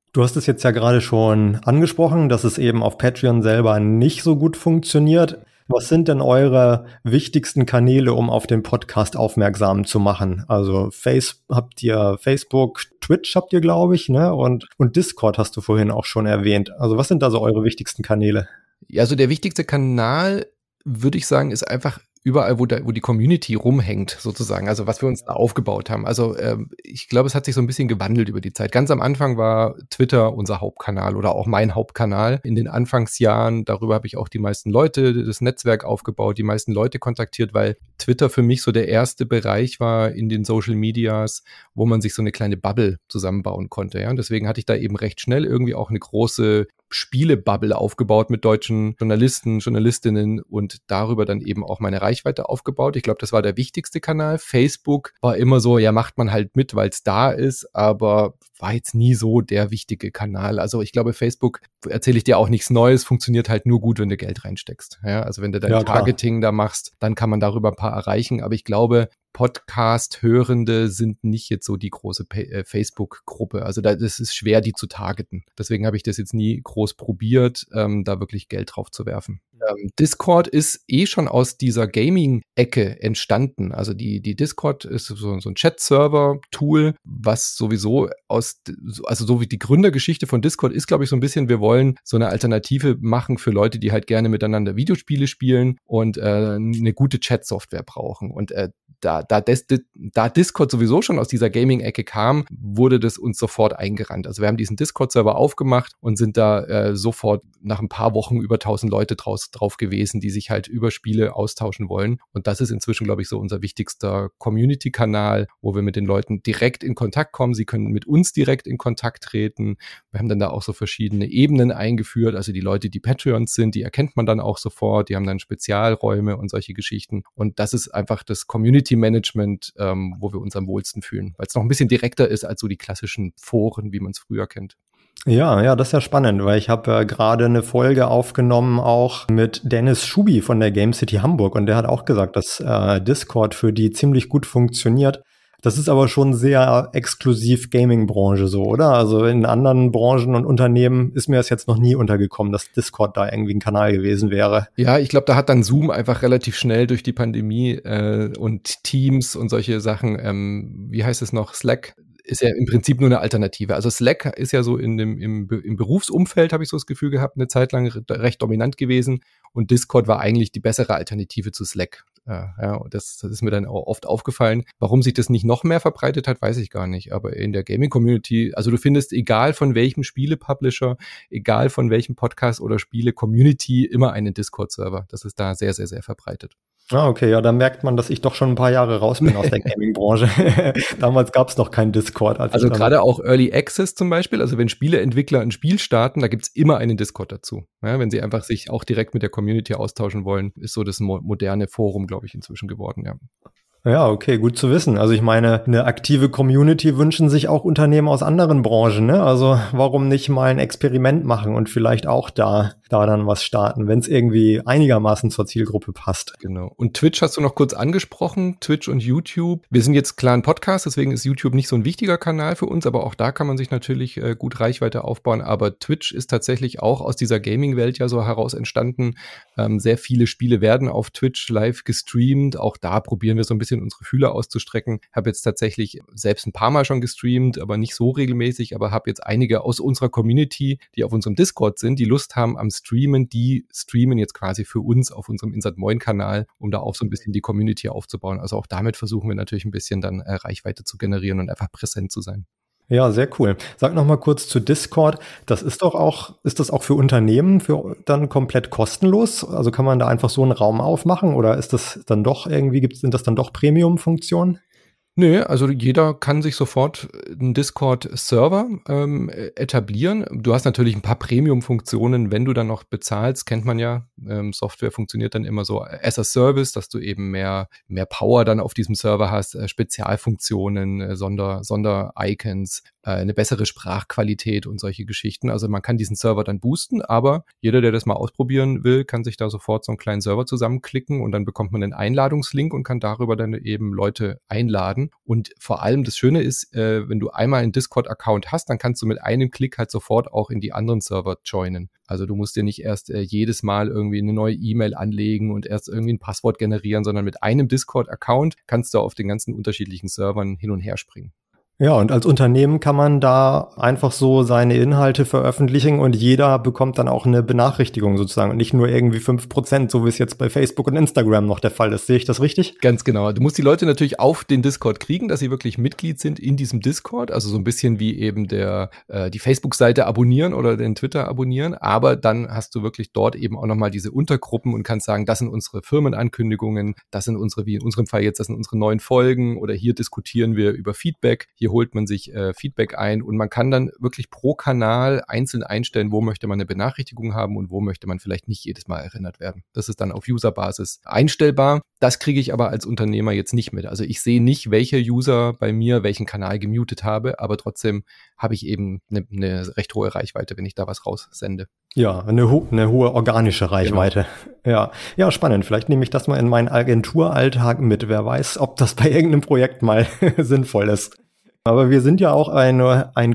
Du hast es jetzt ja gerade schon angesprochen, dass es eben auf Patreon selber nicht so gut funktioniert. Was sind denn eure wichtigsten Kanäle, um auf den Podcast aufmerksam zu machen? Also Face, habt ihr Facebook, Twitch habt ihr, glaube ich, ne? Und, und Discord hast du vorhin auch schon erwähnt. Also was sind da so eure wichtigsten Kanäle? Ja, also der wichtigste Kanal, würde ich sagen, ist einfach überall, wo, da, wo die Community rumhängt, sozusagen, also was wir uns da aufgebaut haben. Also ähm, ich glaube, es hat sich so ein bisschen gewandelt über die Zeit. Ganz am Anfang war Twitter unser Hauptkanal oder auch mein Hauptkanal. In den Anfangsjahren, darüber habe ich auch die meisten Leute, das Netzwerk aufgebaut, die meisten Leute kontaktiert, weil Twitter für mich so der erste Bereich war in den Social Medias, wo man sich so eine kleine Bubble zusammenbauen konnte. Ja? Und deswegen hatte ich da eben recht schnell irgendwie auch eine große Spiele-Bubble aufgebaut mit deutschen Journalisten, Journalistinnen und darüber dann eben auch meine Reichweite aufgebaut. Ich glaube, das war der wichtigste Kanal. Facebook war immer so, ja, macht man halt mit, weil es da ist, aber war jetzt nie so der wichtige Kanal. Also ich glaube, Facebook, erzähle ich dir auch nichts Neues, funktioniert halt nur gut, wenn du Geld reinsteckst. Ja, also wenn du dein ja, Targeting da machst, dann kann man darüber ein paar erreichen. Aber ich glaube, Podcast-Hörende sind nicht jetzt so die große äh, Facebook-Gruppe. Also da, das ist schwer, die zu targeten. Deswegen habe ich das jetzt nie groß probiert, ähm, da wirklich Geld drauf zu werfen. Ähm, Discord ist eh schon aus dieser Gaming-Ecke entstanden. Also die, die Discord ist so, so ein Chat-Server-Tool, was sowieso aus, also so wie die Gründergeschichte von Discord ist, glaube ich, so ein bisschen, wir wollen so eine Alternative machen für Leute, die halt gerne miteinander Videospiele spielen und äh, eine gute Chat-Software brauchen. Und äh, da, da, des, da Discord sowieso schon aus dieser Gaming-Ecke kam, wurde das uns sofort eingerannt. Also wir haben diesen Discord-Server aufgemacht und sind da äh, sofort nach ein paar Wochen über tausend Leute draus, drauf gewesen, die sich halt über Spiele austauschen wollen. Und das ist inzwischen, glaube ich, so unser wichtigster Community-Kanal, wo wir mit den Leuten direkt in Kontakt kommen. Sie können mit uns direkt in Kontakt treten. Wir haben dann da auch so verschiedene Ebenen eingeführt. Also die Leute, die Patreons sind, die erkennt man dann auch sofort. Die haben dann Spezialräume und solche Geschichten. Und das ist einfach das Community-Management, ähm, wo wir uns am wohlsten fühlen, weil es noch ein bisschen direkter ist als so die klassischen Foren, wie man es früher kennt. Ja, ja, das ist ja spannend, weil ich habe äh, gerade eine Folge aufgenommen auch mit Dennis Schubi von der Game City Hamburg und der hat auch gesagt, dass äh, Discord für die ziemlich gut funktioniert. Das ist aber schon sehr exklusiv Gaming-Branche so, oder? Also in anderen Branchen und Unternehmen ist mir das jetzt noch nie untergekommen, dass Discord da irgendwie ein Kanal gewesen wäre. Ja, ich glaube, da hat dann Zoom einfach relativ schnell durch die Pandemie äh, und Teams und solche Sachen, ähm, wie heißt es noch, Slack, ist ja im Prinzip nur eine Alternative. Also Slack ist ja so in dem, im, im Berufsumfeld, habe ich so das Gefühl gehabt, eine Zeit lang recht dominant gewesen und Discord war eigentlich die bessere Alternative zu Slack. Ja, ja, und das, das ist mir dann auch oft aufgefallen. Warum sich das nicht noch mehr verbreitet hat, weiß ich gar nicht. Aber in der Gaming-Community, also du findest, egal von welchem Spiele-Publisher, egal von welchem Podcast oder Spiele-Community, immer einen Discord-Server. Das ist da sehr, sehr, sehr verbreitet. Ah, okay, ja, dann merkt man, dass ich doch schon ein paar Jahre raus bin aus der Gaming-Branche. Damals gab es noch keinen Discord. Als also gerade auch Early Access zum Beispiel, also wenn Spieleentwickler ein Spiel starten, da gibt's immer einen Discord dazu. Ja, wenn sie einfach sich auch direkt mit der Community austauschen wollen, ist so das mo- moderne Forum, glaube ich, inzwischen geworden, ja. Ja, okay, gut zu wissen. Also ich meine, eine aktive Community wünschen sich auch Unternehmen aus anderen Branchen, ne? Also warum nicht mal ein Experiment machen und vielleicht auch da, da dann was starten, wenn es irgendwie einigermaßen zur Zielgruppe passt. Genau. Und Twitch hast du noch kurz angesprochen, Twitch und YouTube. Wir sind jetzt klar ein Podcast, deswegen ist YouTube nicht so ein wichtiger Kanal für uns, aber auch da kann man sich natürlich äh, gut Reichweite aufbauen. Aber Twitch ist tatsächlich auch aus dieser Gaming-Welt ja so heraus entstanden. Ähm, sehr viele Spiele werden auf Twitch live gestreamt. Auch da probieren wir so ein bisschen unsere Fühler auszustrecken. Habe jetzt tatsächlich selbst ein paar Mal schon gestreamt, aber nicht so regelmäßig, aber habe jetzt einige aus unserer Community, die auf unserem Discord sind, die Lust haben am Streamen, die streamen jetzt quasi für uns auf unserem Insert Moin Kanal, um da auch so ein bisschen die Community aufzubauen. Also auch damit versuchen wir natürlich ein bisschen dann äh, Reichweite zu generieren und einfach präsent zu sein. Ja, sehr cool. Sag noch mal kurz zu Discord. Das ist doch auch, ist das auch für Unternehmen für dann komplett kostenlos? Also kann man da einfach so einen Raum aufmachen oder ist das dann doch irgendwie, gibt, sind das dann doch Premium-Funktionen? Nö, also jeder kann sich sofort einen Discord-Server ähm, etablieren. Du hast natürlich ein paar Premium-Funktionen, wenn du dann noch bezahlst, kennt man ja. Ähm, Software funktioniert dann immer so as a Service, dass du eben mehr, mehr Power dann auf diesem Server hast, äh, Spezialfunktionen, äh, Sonder, Sonder-Icons. äh, eine bessere Sprachqualität und solche Geschichten. Also man kann diesen Server dann boosten, aber jeder, der das mal ausprobieren will, kann sich da sofort so einen kleinen Server zusammenklicken und dann bekommt man einen Einladungslink und kann darüber dann eben Leute einladen. Und vor allem das Schöne ist, äh, wenn du einmal einen Discord-Account hast, dann kannst du mit einem Klick halt sofort auch in die anderen Server joinen. Also du musst dir nicht erst äh, jedes Mal irgendwie eine neue E-Mail anlegen und erst irgendwie ein Passwort generieren, sondern mit einem Discord-Account kannst du auf den ganzen unterschiedlichen Servern hin und her springen. Ja, und als Unternehmen kann man da einfach so seine Inhalte veröffentlichen und jeder bekommt dann auch eine Benachrichtigung sozusagen und nicht nur irgendwie fünf Prozent, so wie es jetzt bei Facebook und Instagram noch der Fall ist. Sehe ich das richtig? Ganz genau. Du musst die Leute natürlich auf den Discord kriegen, dass sie wirklich Mitglied sind in diesem Discord, also so ein bisschen wie eben der äh, die Facebook-Seite abonnieren oder den Twitter abonnieren, aber dann hast du wirklich dort eben auch nochmal diese Untergruppen und kannst sagen, das sind unsere Firmenankündigungen, das sind unsere, wie in unserem Fall jetzt, das sind unsere neuen Folgen oder hier diskutieren wir über Feedback, hier holt man sich äh, Feedback ein und man kann dann wirklich pro Kanal einzeln einstellen, wo möchte man eine Benachrichtigung haben und wo möchte man vielleicht nicht jedes Mal erinnert werden. Das ist dann auf Userbasis einstellbar. Das kriege ich aber als Unternehmer jetzt nicht mit. Also ich sehe nicht, welcher User bei mir welchen Kanal gemutet habe, aber trotzdem habe ich eben eine, eine recht hohe Reichweite, wenn ich da was raussende. Ja, eine, ho- eine hohe organische Reichweite. Genau. Ja. Ja, spannend. Vielleicht nehme ich das mal in meinen Agenturalltag mit. Wer weiß, ob das bei irgendeinem Projekt mal sinnvoll ist. Aber wir sind ja auch eine, ein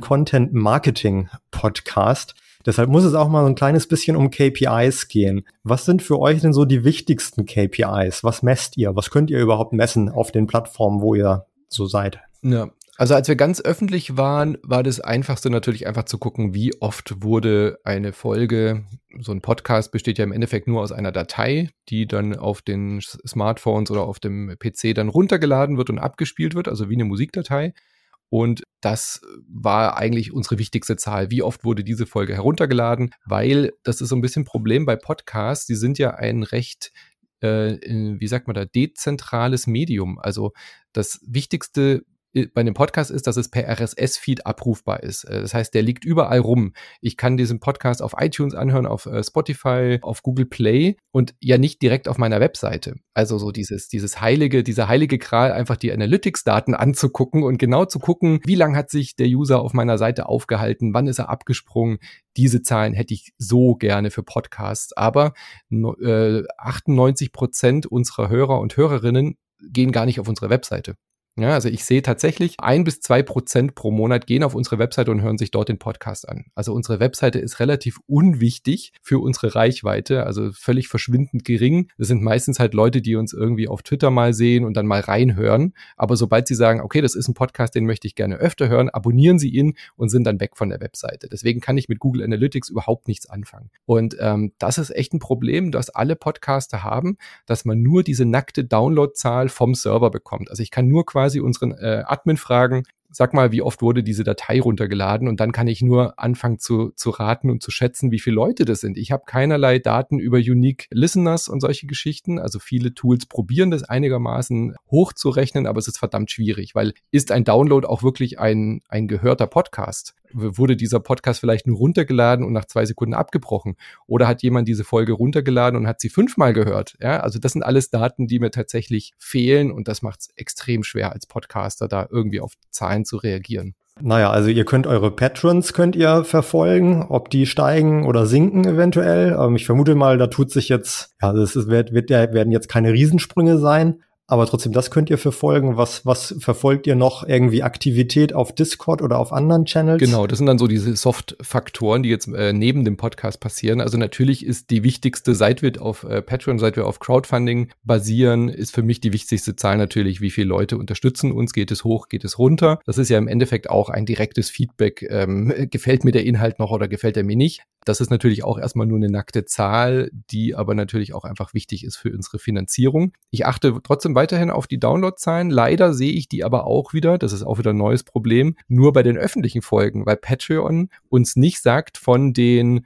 Content-Marketing-Podcast. Deshalb muss es auch mal so ein kleines bisschen um K P Is gehen. Was sind für euch denn so die wichtigsten K P Is? Was messt ihr? Was könnt ihr überhaupt messen auf den Plattformen, wo ihr so seid? Ja. Also als wir ganz öffentlich waren, war das Einfachste natürlich einfach zu gucken, wie oft wurde eine Folge, so ein Podcast besteht ja im Endeffekt nur aus einer Datei, die dann auf den Smartphones oder auf dem P C dann runtergeladen wird und abgespielt wird, also wie eine Musikdatei. Und das war eigentlich unsere wichtigste Zahl. Wie oft wurde diese Folge heruntergeladen? Weil das ist so ein bisschen ein Problem bei Podcasts. Die sind ja ein recht, äh, wie sagt man da, dezentrales Medium. Also das Wichtigste bei einem Podcast ist, dass es per R S S-Feed abrufbar ist. Das heißt, der liegt überall rum. Ich kann diesen Podcast auf iTunes anhören, auf Spotify, auf Google Play und ja nicht direkt auf meiner Webseite. Also so dieses, dieses heilige, dieser heilige Gral, einfach die Analytics-Daten anzugucken und genau zu gucken, wie lang hat sich der User auf meiner Seite aufgehalten, wann ist er abgesprungen. Diese Zahlen hätte ich so gerne für Podcasts. Aber äh, achtundneunzig Prozent unserer Hörer und Hörerinnen gehen gar nicht auf unsere Webseite. Ja, also ich sehe tatsächlich, ein bis zwei Prozent pro Monat gehen auf unsere Webseite und hören sich dort den Podcast an. Also unsere Webseite ist relativ unwichtig für unsere Reichweite, also völlig verschwindend gering. Das sind meistens halt Leute, die uns irgendwie auf Twitter mal sehen und dann mal reinhören. Aber sobald sie sagen, okay, das ist ein Podcast, den möchte ich gerne öfter hören, abonnieren sie ihn und sind dann weg von der Webseite. Deswegen kann ich mit Google Analytics überhaupt nichts anfangen. Und ähm, das ist echt ein Problem, das alle Podcaster haben, dass man nur diese nackte Downloadzahl vom Server bekommt. Also ich kann nur quasi quasi unseren äh, Admin fragen, sag mal, wie oft wurde diese Datei runtergeladen und dann kann ich nur anfangen zu, zu raten und zu schätzen, wie viele Leute das sind. Ich habe keinerlei Daten über Unique Listeners und solche Geschichten. Also viele Tools probieren das einigermaßen hochzurechnen, aber es ist verdammt schwierig, weil ist ein Download auch wirklich ein, ein gehörter Podcast? Wurde dieser Podcast vielleicht nur runtergeladen und nach zwei Sekunden abgebrochen? Oder hat jemand diese Folge runtergeladen und hat sie fünfmal gehört? Ja, also das sind alles Daten, die mir tatsächlich fehlen und das macht es extrem schwer als Podcaster, da irgendwie auf Zahlen zu reagieren. Naja, also ihr könnt eure Patrons könnt ihr verfolgen, ob die steigen oder sinken eventuell. Ähm, ich vermute mal, da tut sich jetzt, ja, das ist, wird, wird, werden jetzt keine Riesensprünge sein. Aber trotzdem, das könnt ihr verfolgen. Was, was verfolgt ihr noch? Irgendwie Aktivität auf Discord oder auf anderen Channels? Genau, das sind dann so diese Soft-Faktoren, die jetzt äh, neben dem Podcast passieren. Also natürlich ist die wichtigste, seit wir auf äh, Patreon, seit wir auf Crowdfunding basieren, ist für mich die wichtigste Zahl natürlich, wie viele Leute unterstützen uns. Geht es hoch, geht es runter? Das ist ja im Endeffekt auch ein direktes Feedback. Ähm, gefällt mir der Inhalt noch oder gefällt er mir nicht? Das ist natürlich auch erstmal nur eine nackte Zahl, die aber natürlich auch einfach wichtig ist für unsere Finanzierung. Ich achte trotzdem weiterhin auf die Downloadzahlen. Leider sehe ich die aber auch wieder, das ist auch wieder ein neues Problem, nur bei den öffentlichen Folgen, weil Patreon uns nicht sagt, von den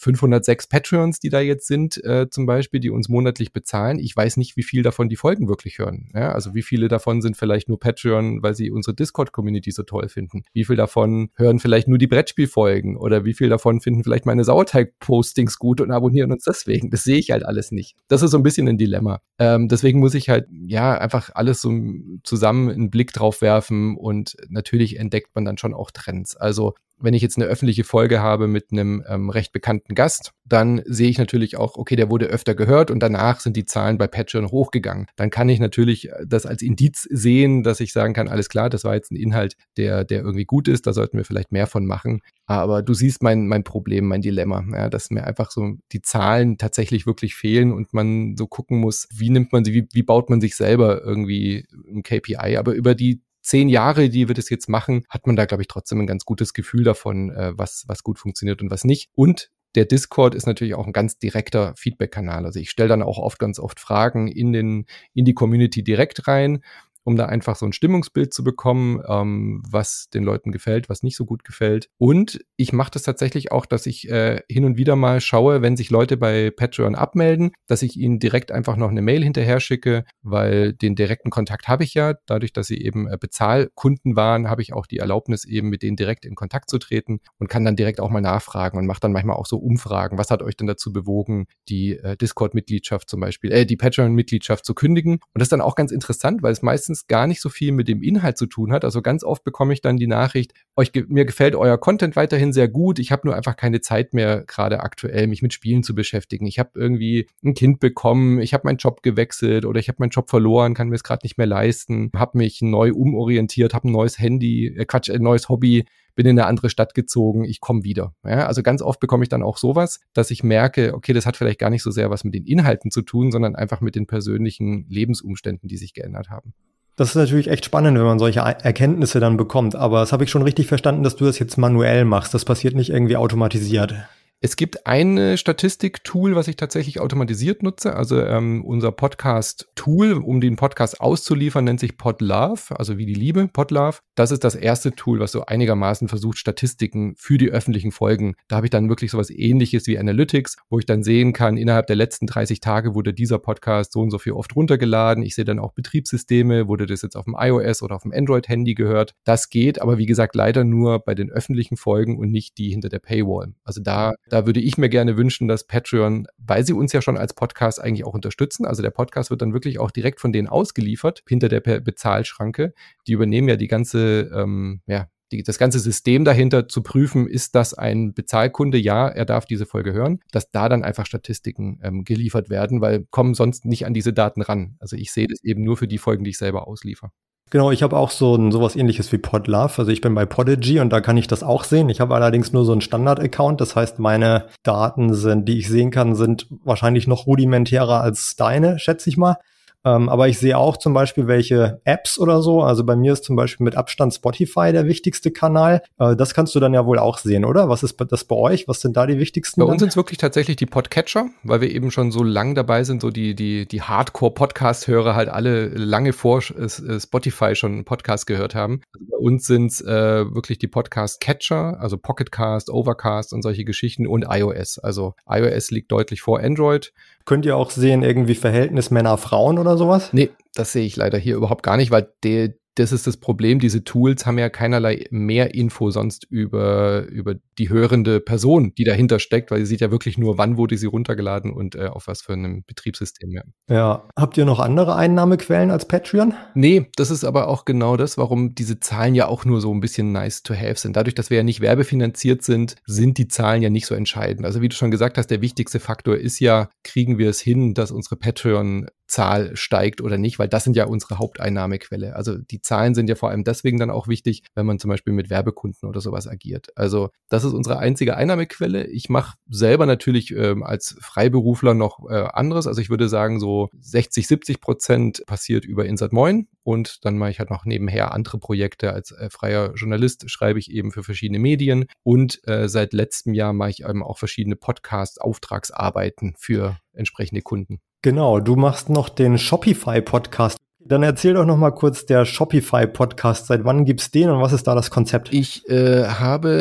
fünfhundertsechs Patreons, die da jetzt sind, äh, zum Beispiel, die uns monatlich bezahlen. Ich weiß nicht, wie viel davon die Folgen wirklich hören. Ja, also wie viele davon sind vielleicht nur Patreon, weil sie unsere Discord-Community so toll finden. Wie viel davon hören vielleicht nur die Brettspielfolgen oder wie viel davon finden vielleicht meine Sauerteig-Postings gut und abonnieren uns deswegen. Das sehe ich halt alles nicht. Das ist so ein bisschen ein Dilemma. Ähm, deswegen muss ich halt, ja, einfach alles so zusammen einen Blick drauf werfen und natürlich entdeckt man dann schon auch Trends. Also wenn ich jetzt eine öffentliche Folge habe mit einem ähm, recht bekannten Gast, dann sehe ich natürlich auch, okay, der wurde öfter gehört und danach sind die Zahlen bei Patreon hochgegangen. Dann kann ich natürlich das als Indiz sehen, dass ich sagen kann, alles klar, das war jetzt ein Inhalt, der der irgendwie gut ist, da sollten wir vielleicht mehr von machen. Aber du siehst mein mein Problem, mein Dilemma, ja, dass mir einfach so die Zahlen tatsächlich wirklich fehlen und man so gucken muss, wie nimmt man sie, wie, wie baut man sich selber irgendwie ein K P I. Aber über die zehn Jahre, die wir das jetzt machen, hat man da, glaube ich, trotzdem ein ganz gutes Gefühl davon, äh, was, was gut funktioniert und was nicht. Und der Discord ist natürlich auch ein ganz direkter Feedback-Kanal. Also ich stelle dann auch oft, ganz oft Fragen in den, in die Community direkt rein, um da einfach so ein Stimmungsbild zu bekommen, ähm, was den Leuten gefällt, was nicht so gut gefällt. Und ich mache das tatsächlich auch, dass ich äh, hin und wieder mal schaue, wenn sich Leute bei Patreon abmelden, dass ich ihnen direkt einfach noch eine Mail hinterher schicke, weil den direkten Kontakt habe ich ja. Dadurch, dass sie eben äh, Bezahlkunden waren, habe ich auch die Erlaubnis, eben mit denen direkt in Kontakt zu treten und kann dann direkt auch mal nachfragen und mache dann manchmal auch so Umfragen. Was hat euch denn dazu bewogen, die äh, Discord-Mitgliedschaft zum Beispiel, äh, die Patreon-Mitgliedschaft zu kündigen? Und das ist dann auch ganz interessant, weil es meistens gar nicht so viel mit dem Inhalt zu tun hat. Also ganz oft bekomme ich dann die Nachricht, euch ge- mir gefällt euer Content weiterhin sehr gut, ich habe nur einfach keine Zeit mehr gerade aktuell, mich mit Spielen zu beschäftigen. Ich habe irgendwie ein Kind bekommen, ich habe meinen Job gewechselt oder ich habe meinen Job verloren, kann mir es gerade nicht mehr leisten, habe mich neu umorientiert, habe ein neues Handy, äh Quatsch, ein neues Hobby, bin in eine andere Stadt gezogen, ich komme wieder. Ja, also ganz oft bekomme ich dann auch sowas, dass ich merke, okay, das hat vielleicht gar nicht so sehr was mit den Inhalten zu tun, sondern einfach mit den persönlichen Lebensumständen, die sich geändert haben. Das ist natürlich echt spannend, wenn man solche Erkenntnisse dann bekommt. Aber das habe ich schon richtig verstanden, dass du das jetzt manuell machst. Das passiert nicht irgendwie automatisiert. Es gibt ein Statistik-Tool, was ich tatsächlich automatisiert nutze. Also ähm, unser Podcast-Tool, um den Podcast auszuliefern, nennt sich Podlove, also wie die Liebe, Podlove. Das ist das erste Tool, was so einigermaßen versucht, Statistiken für die öffentlichen Folgen. Da habe ich dann wirklich sowas Ähnliches wie Analytics, wo ich dann sehen kann, innerhalb der letzten dreißig Tage wurde dieser Podcast so und so viel oft runtergeladen. Ich sehe dann auch Betriebssysteme, wurde das jetzt auf dem iOS oder auf dem Android-Handy gehört. Das geht, aber wie gesagt, leider nur bei den öffentlichen Folgen und nicht die hinter der Paywall. Also da Da würde ich mir gerne wünschen, dass Patreon, weil sie uns ja schon als Podcast eigentlich auch unterstützen, also der Podcast wird dann wirklich auch direkt von denen ausgeliefert, hinter der Bezahlschranke. Die übernehmen ja die ganze, ähm, ja, die, das ganze System dahinter zu prüfen, ist das ein Bezahlkunde? Ja, er darf diese Folge hören, dass da dann einfach Statistiken ähm, geliefert werden, weil kommen sonst nicht an diese Daten ran. Also ich sehe das eben nur für die Folgen, die ich selber ausliefer. Genau, ich habe auch so ein sowas Ähnliches wie Podlove. Also ich bin bei Podigy und da kann ich das auch sehen. Ich habe allerdings nur so einen Standard-Account. Das heißt, meine Daten sind, die ich sehen kann, sind wahrscheinlich noch rudimentärer als deine, schätze ich mal. Ähm, aber ich sehe auch zum Beispiel welche Apps oder so. Also bei mir ist zum Beispiel mit Abstand Spotify der wichtigste Kanal. Äh, das kannst du dann ja wohl auch sehen, oder? Was ist das bei euch? Was sind da die wichtigsten? Bei uns sind es wirklich tatsächlich die Podcatcher, weil wir eben schon so lang dabei sind, so die die die Hardcore-Podcast-Hörer halt alle lange vor Spotify schon einen Podcast gehört haben. Also bei uns sind es äh, wirklich die Podcast-Catcher, also Pocketcast, Overcast und solche Geschichten und iOS. Also iOS liegt deutlich vor Android. Könnt ihr auch sehen, irgendwie Verhältnis Männer-Frauen oder sowas? Nee, das sehe ich leider hier überhaupt gar nicht, weil die, das ist das Problem, diese Tools haben ja keinerlei mehr Info sonst über, über die hörende Person, die dahinter steckt, weil sie sieht ja wirklich nur, wann wurde sie runtergeladen und äh, auf was für einem Betriebssystem. Ja. ja. Habt ihr noch andere Einnahmequellen als Patreon? Nee, das ist aber auch genau das, warum diese Zahlen ja auch nur so ein bisschen nice to have sind. Dadurch, dass wir ja nicht werbefinanziert sind, sind die Zahlen ja nicht so entscheidend. Also wie du schon gesagt hast, der wichtigste Faktor ist ja, kriegen wir es hin, dass unsere Patreon Zahl steigt oder nicht, weil das sind ja unsere Haupteinnahmequelle. Also die Zahlen sind ja vor allem deswegen dann auch wichtig, wenn man zum Beispiel mit Werbekunden oder sowas agiert. Also das ist unsere einzige Einnahmequelle. Ich mache selber natürlich ähm, als Freiberufler noch äh, anderes. Also ich würde sagen, so sechzig, siebzig Prozent passiert über Insert Moin und dann mache ich halt noch nebenher andere Projekte. Als äh, freier Journalist schreibe ich eben für verschiedene Medien und äh, seit letztem Jahr mache ich eben auch verschiedene Podcast-Auftragsarbeiten für entsprechende Kunden. Genau, du machst noch den Shopify-Podcast. Dann erzähl doch noch mal kurz der Shopify-Podcast. Seit wann gibt's den und was ist da das Konzept? Ich äh, habe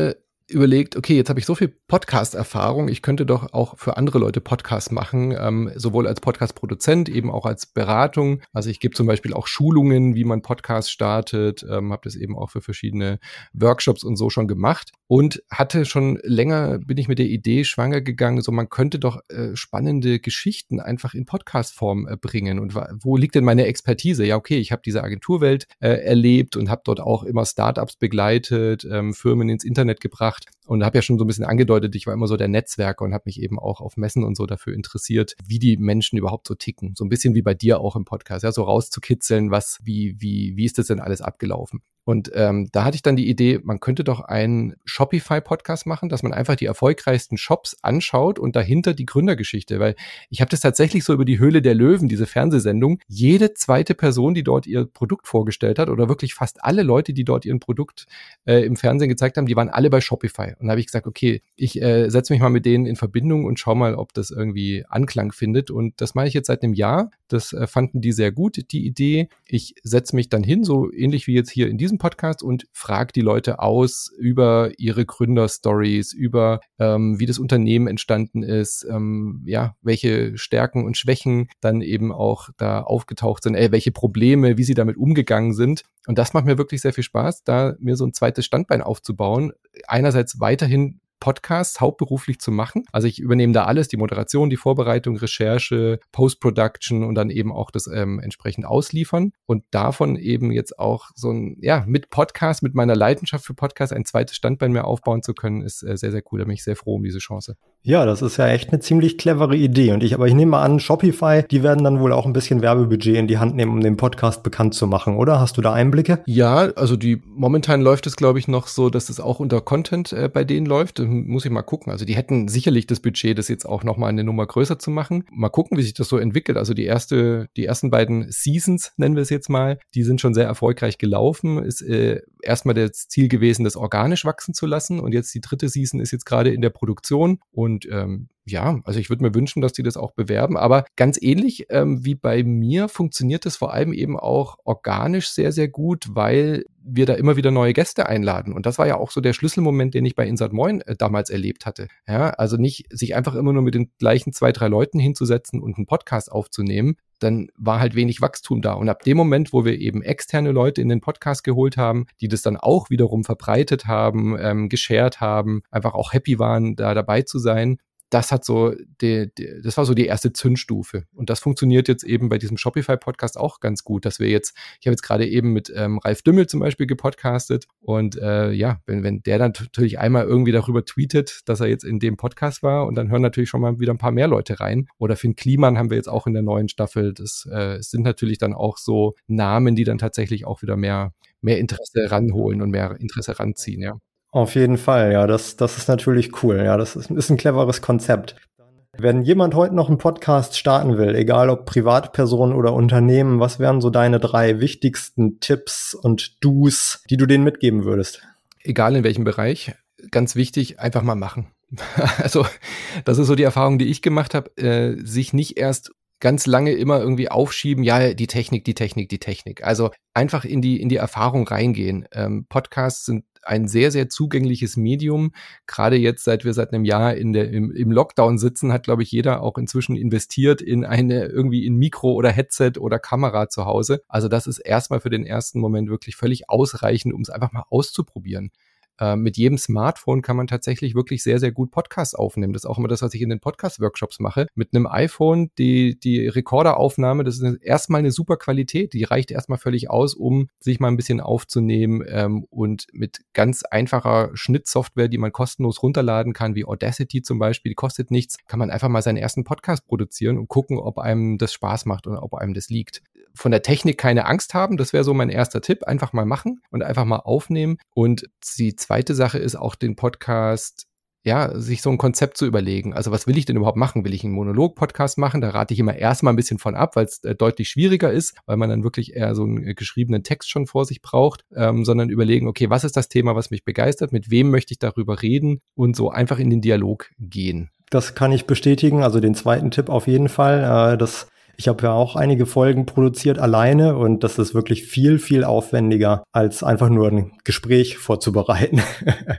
überlegt, okay, jetzt habe ich so viel Podcast-Erfahrung, ich könnte doch auch für andere Leute Podcasts machen, ähm, sowohl als Podcast-Produzent, eben auch als Beratung. Also ich gebe zum Beispiel auch Schulungen, wie man Podcasts startet, ähm, habe das eben auch für verschiedene Workshops und so schon gemacht und hatte schon länger, bin ich mit der Idee schwanger gegangen, so man könnte doch äh, spannende Geschichten einfach in Podcast-Form äh, bringen. Und wo liegt denn meine Expertise? Ja, okay, ich habe diese Agenturwelt äh, erlebt und habe dort auch immer Startups begleitet, ähm, Firmen ins Internet gebracht und habe ja schon so ein bisschen angedeutet, ich war immer so der Netzwerker und habe mich eben auch auf Messen und so dafür interessiert, wie die Menschen überhaupt so ticken. So ein bisschen wie bei dir auch im Podcast, ja, so rauszukitzeln, was, wie, wie, wie ist das denn alles abgelaufen? Und ähm, da hatte ich dann die Idee, man könnte doch einen Shopify-Podcast machen, dass man einfach die erfolgreichsten Shops anschaut und dahinter die Gründergeschichte, weil ich habe das tatsächlich so über die Höhle der Löwen, diese Fernsehsendung, jede zweite Person, die dort ihr Produkt vorgestellt hat oder wirklich fast alle Leute, die dort ihren Produkt äh, im Fernsehen gezeigt haben, die waren alle bei Shopify. Und da habe ich gesagt, okay, ich äh, setze mich mal mit denen in Verbindung und schau mal, ob das irgendwie Anklang findet. Und das mache ich jetzt seit einem Jahr. Das äh, fanden die sehr gut, die Idee. Ich setze mich dann hin, so ähnlich wie jetzt hier in diesem Podcast und frage die Leute aus über ihre Gründerstories, über ähm, wie das Unternehmen entstanden ist, ähm, ja, welche Stärken und Schwächen dann eben auch da aufgetaucht sind, äh, welche Probleme, wie sie damit umgegangen sind. Und das macht mir wirklich sehr viel Spaß, da mir so ein zweites Standbein aufzubauen. Einerseits weiterhin Podcasts hauptberuflich zu machen. Also ich übernehme da alles, die Moderation, die Vorbereitung, Recherche, Post-Production und dann eben auch das ähm, entsprechend ausliefern und davon eben jetzt auch so ein, ja, mit Podcast, mit meiner Leidenschaft für Podcasts ein zweites Standbein mehr aufbauen zu können, ist äh, sehr, sehr cool. Da bin ich sehr froh um diese Chance. Ja, das ist ja echt eine ziemlich clevere Idee. Und ich, aber ich nehme mal an, Shopify, die werden dann wohl auch ein bisschen Werbebudget in die Hand nehmen, um den Podcast bekannt zu machen, oder? Hast du da Einblicke? Ja, also die momentan läuft es, glaube ich, noch so, dass es auch unter Content äh, bei denen läuft. Muss ich mal gucken. Also die hätten sicherlich das Budget, das jetzt auch nochmal eine Nummer größer zu machen. Mal gucken, wie sich das so entwickelt. Also die erste, die ersten beiden Seasons, nennen wir es jetzt mal, die sind schon sehr erfolgreich gelaufen. Ist äh, erstmal das Ziel gewesen, das organisch wachsen zu lassen. Und jetzt die dritte Season ist jetzt gerade in der Produktion. Und ähm, ja, also ich würde mir wünschen, dass die das auch bewerben. Aber ganz ähnlich ähm, wie bei mir funktioniert das vor allem eben auch organisch sehr, sehr gut, weil wir da immer wieder neue Gäste einladen. Und das war ja auch so der Schlüsselmoment, den ich bei Insert Moin äh, damals erlebt hatte. Ja, also nicht sich einfach immer nur mit den gleichen zwei, drei Leuten hinzusetzen und einen Podcast aufzunehmen. Dann war halt wenig Wachstum da. Und ab dem Moment, wo wir eben externe Leute in den Podcast geholt haben, die das dann auch wiederum verbreitet haben, ähm, geshared haben, einfach auch happy waren, da dabei zu sein, das hat so, die, die, das war so die erste Zündstufe. Und das funktioniert jetzt eben bei diesem Shopify-Podcast auch ganz gut, dass wir jetzt, ich habe jetzt gerade eben mit ähm, Ralf Dümmel zum Beispiel gepodcastet und äh, ja, wenn, wenn der dann natürlich einmal irgendwie darüber tweetet, dass er jetzt in dem Podcast war und dann hören natürlich schon mal wieder ein paar mehr Leute rein. Oder Finn Kliman haben wir jetzt auch in der neuen Staffel. Das äh, sind natürlich dann auch so Namen, die dann tatsächlich auch wieder mehr, mehr Interesse ranholen und mehr Interesse ranziehen, ja. Auf jeden Fall, ja, das, das ist natürlich cool. Ja, das ist, ist ein cleveres Konzept. Wenn jemand heute noch einen Podcast starten will, egal ob Privatperson oder Unternehmen, was wären so deine drei wichtigsten Tipps und Do's, die du denen mitgeben würdest? Egal in welchem Bereich, ganz wichtig, einfach mal machen. Also das ist so die Erfahrung, die ich gemacht habe, äh, sich nicht erst ganz lange immer irgendwie aufschieben, ja, die Technik, die Technik, die Technik. Also einfach in die, in die Erfahrung reingehen. Ähm, Podcasts sind ein sehr, sehr zugängliches Medium. Gerade jetzt, seit wir seit einem Jahr in der, im, im Lockdown sitzen, hat, glaube ich, jeder auch inzwischen investiert in eine, irgendwie in Mikro oder Headset oder Kamera zu Hause. Also das ist erstmal für den ersten Moment wirklich völlig ausreichend, um es einfach mal auszuprobieren. Äh, mit jedem Smartphone kann man tatsächlich wirklich sehr, sehr gut Podcasts aufnehmen. Das ist auch immer das, was ich in den Podcast-Workshops mache. Mit einem iPhone, die, die Rekorderaufnahme, das ist erstmal eine super Qualität. Die reicht erstmal völlig aus, um sich mal ein bisschen aufzunehmen ähm, und mit ganz einfacher Schnittsoftware, die man kostenlos runterladen kann, wie Audacity zum Beispiel, die kostet nichts, kann man einfach mal seinen ersten Podcast produzieren und gucken, ob einem das Spaß macht oder ob einem das liegt. Von der Technik keine Angst haben, das wäre so mein erster Tipp. Einfach mal machen und einfach mal aufnehmen. Und die zweite Sache ist auch den Podcast, ja, sich so ein Konzept zu überlegen. Also was will ich denn überhaupt machen? Will ich einen Monolog-Podcast machen? Da rate ich immer erstmal ein bisschen von ab, weil es äh, deutlich schwieriger ist, weil man dann wirklich eher so einen äh, geschriebenen Text schon vor sich braucht, ähm, sondern überlegen, okay, was ist das Thema, was mich begeistert? Mit wem möchte ich darüber reden? Und so einfach in den Dialog gehen. Das kann ich bestätigen. Also den zweiten Tipp auf jeden Fall. Äh, das Ich habe ja auch einige Folgen produziert alleine und das ist wirklich viel, viel aufwendiger, als einfach nur ein Gespräch vorzubereiten.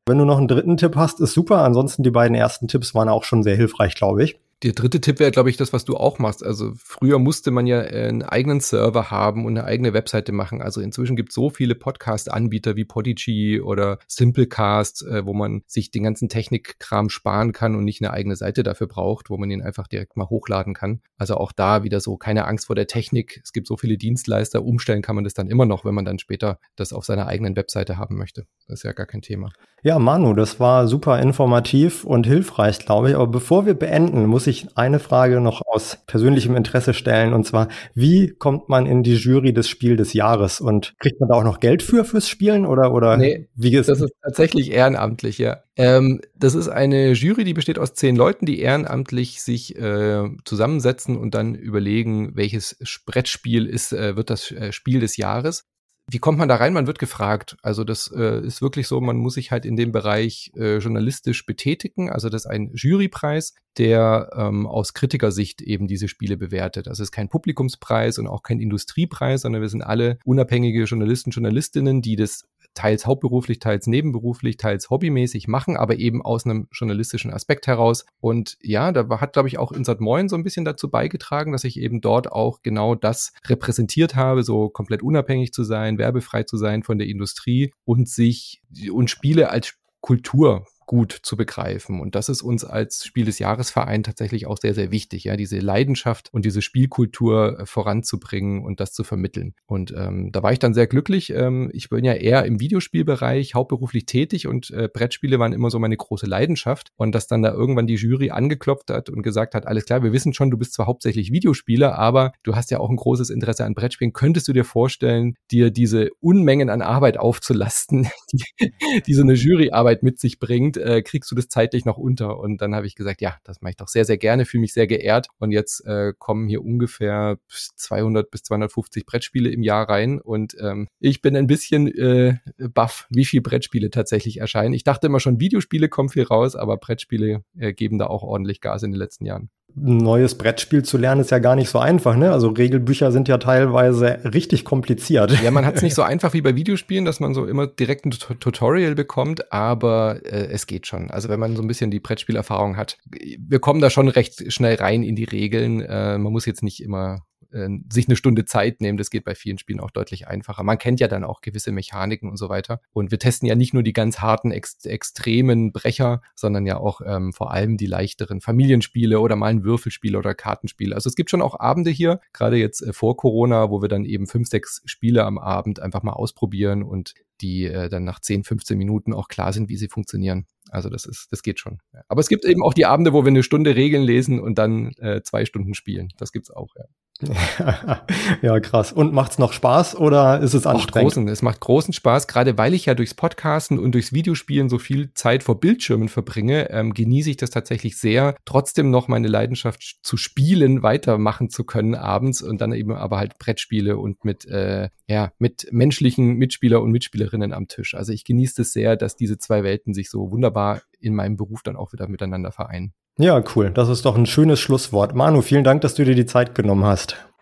Wenn du noch einen dritten Tipp hast, ist super. Ansonsten die beiden ersten Tipps waren auch schon sehr hilfreich, glaube ich. Der dritte Tipp wäre, glaube ich, das, was du auch machst. Also früher musste man ja einen eigenen Server haben und eine eigene Webseite machen. Also inzwischen gibt es so viele Podcast-Anbieter wie Podigy oder Simplecast, äh, wo man sich den ganzen Technikkram sparen kann und nicht eine eigene Seite dafür braucht, wo man ihn einfach direkt mal hochladen kann. Also auch da wieder so, keine Angst vor der Technik. Es gibt so viele Dienstleister, umstellen kann man das dann immer noch, wenn man dann später das auf seiner eigenen Webseite haben möchte. Das ist ja gar kein Thema. Ja, Manu, das war super informativ und hilfreich, glaube ich. Aber bevor wir beenden, muss ich eine Frage noch aus persönlichem Interesse stellen. Und zwar, wie kommt man in die Jury des Spiel des Jahres? Und kriegt man da auch noch Geld für fürs Spielen? Oder, oder nee, wie ist das ist tatsächlich ehrenamtlich, ja. Ähm, das ist eine Jury, die besteht aus zehn Leuten, die ehrenamtlich sich äh, zusammensetzen und dann überlegen, welches Brettspiel ist, äh, wird das äh, Spiel des Jahres. Wie kommt man da rein? Man wird gefragt. Also das äh, ist wirklich so, man muss sich halt in dem Bereich äh, journalistisch betätigen. Also das ist ein Jurypreis, der ähm, aus Kritikersicht eben diese Spiele bewertet. Das ist kein Publikumspreis und auch kein Industriepreis, sondern wir sind alle unabhängige Journalisten, Journalistinnen, die das teils hauptberuflich, teils nebenberuflich, teils hobbymäßig machen, aber eben aus einem journalistischen Aspekt heraus. Und ja, da hat, glaube ich, auch Insert Moin so ein bisschen dazu beigetragen, dass ich eben dort auch genau das repräsentiert habe, so komplett unabhängig zu sein, werbefrei zu sein von der Industrie und sich und Spiele als Kultur gut zu begreifen. Und das ist uns als Spiel des Jahresverein tatsächlich auch sehr, sehr wichtig, ja, diese Leidenschaft und diese Spielkultur äh, voranzubringen und das zu vermitteln. Und ähm, da war ich dann sehr glücklich. Ähm, ich bin ja eher im Videospielbereich hauptberuflich tätig und äh, Brettspiele waren immer so meine große Leidenschaft. Und dass dann da irgendwann die Jury angeklopft hat und gesagt hat, alles klar, wir wissen schon, du bist zwar hauptsächlich Videospieler, aber du hast ja auch ein großes Interesse an Brettspielen. Könntest du dir vorstellen, dir diese Unmengen an Arbeit aufzulasten, die, die so eine Juryarbeit mit sich bringt? Äh, kriegst du das zeitlich noch unter? Und dann habe ich gesagt, ja, das mache ich doch sehr, sehr gerne, fühle mich sehr geehrt. Und jetzt äh, kommen hier ungefähr zweihundert bis zweihundertfünfzig Brettspiele im Jahr rein. Und ähm, ich bin ein bisschen äh, baff, wie viele Brettspiele tatsächlich erscheinen. Ich dachte immer schon, Videospiele kommen viel raus, aber Brettspiele äh, geben da auch ordentlich Gas in den letzten Jahren. Ein neues Brettspiel zu lernen ist ja gar nicht so einfach, ne? Also Regelbücher sind ja teilweise richtig kompliziert. Ja, man hat es nicht so einfach wie bei Videospielen, dass man so immer direkt ein T- Tutorial bekommt, aber äh, es geht schon. Also wenn man so ein bisschen die Brettspielerfahrung hat, wir kommen da schon recht schnell rein in die Regeln. Äh, man muss jetzt nicht immer äh, sich eine Stunde Zeit nehmen. Das geht bei vielen Spielen auch deutlich einfacher. Man kennt ja dann auch gewisse Mechaniken und so weiter. Und wir testen ja nicht nur die ganz harten, ex- extremen Brecher, sondern ja auch ähm, vor allem die leichteren Familienspiele oder mal ein Würfelspiel oder Kartenspiel. Also es gibt schon auch Abende hier, gerade jetzt äh, vor Corona, wo wir dann eben fünf, sechs Spiele am Abend einfach mal ausprobieren und die äh, dann nach zehn, fünfzehn Minuten auch klar sind, wie sie funktionieren. Also das ist, das geht schon. Ja. Aber es gibt eben auch die Abende, wo wir eine Stunde Regeln lesen und dann äh, zwei Stunden spielen. Das gibt's auch, ja. Ja, krass. Und macht's noch Spaß oder ist es anstrengend? Auch großen. Es macht großen Spaß, gerade weil ich ja durchs Podcasten und durchs Videospielen so viel Zeit vor Bildschirmen verbringe, ähm, genieße ich das tatsächlich sehr, trotzdem noch meine Leidenschaft zu spielen weitermachen zu können abends und dann eben aber halt Brettspiele und mit äh, ja mit menschlichen Mitspieler und Mitspielerinnen am Tisch. Also ich genieße es sehr, dass diese zwei Welten sich so wunderbar in meinem Beruf dann auch wieder miteinander vereinen. Ja, cool. Das ist doch ein schönes Schlusswort. Manu, vielen Dank, dass du dir die Zeit genommen hast.